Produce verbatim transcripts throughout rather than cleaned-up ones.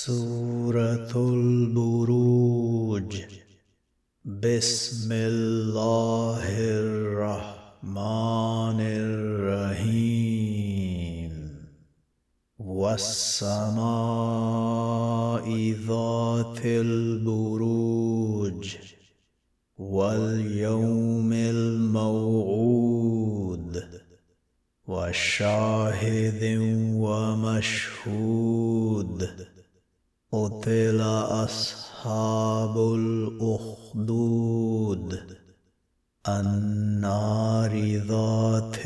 سورة البروج. بسم الله الرحمن الرحيم. والسماء ذات البروج واليوم الموعود وشاهد ومشهود. قتل أصحاب الأخدود النار ذات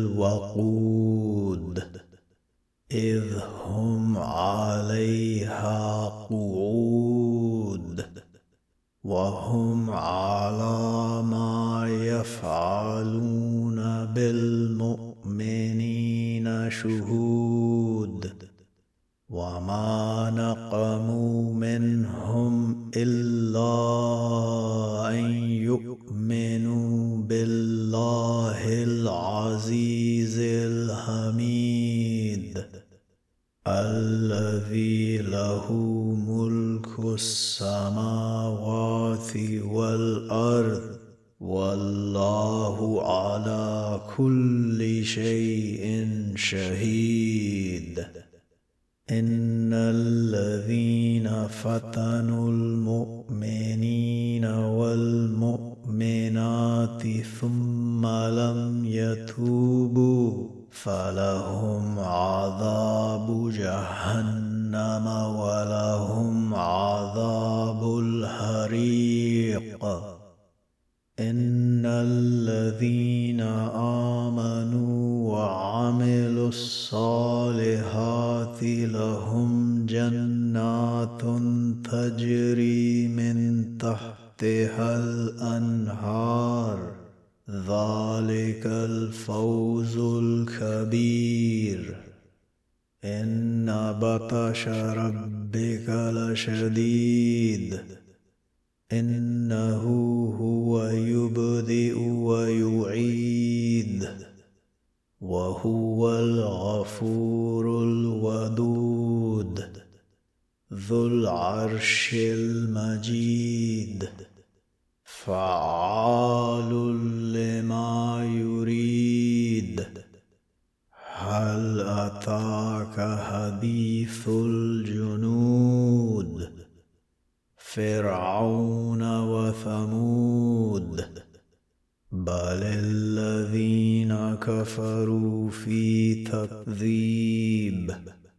الوقود إذ هم عليها قعود وهم على ما يفعلون بالمؤمنين شهود. وما نقموا منهم إلا أن يؤمنوا بالله العزيز الحميد الذي له ملك السماوات والأرض والله على كل شيء شهيد. إن الذين فتنوا المؤمنين والمؤمنات ثم لم يتوبوا فلهم عذاب جهنم ولهم عذاب الحريق. إن الذين آمنوا وعملوا الصالحات لهم جنات تجري من تحتها الأنهار ذلك الفوز الكبير. إن بطش ربك لشديد إنه هو يبدئ ويعيد وهو الغفور الودود ذو العرش المجيد فعال لما يريد. هل أتاك حديث الجنود فرعون وثمود بل الذين كفروا في تكذيب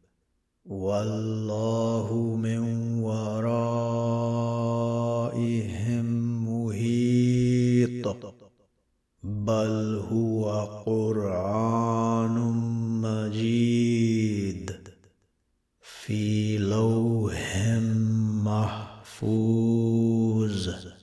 والله من ورائهم محيط. بل هو قرآن مجيد في لوح محفوظ.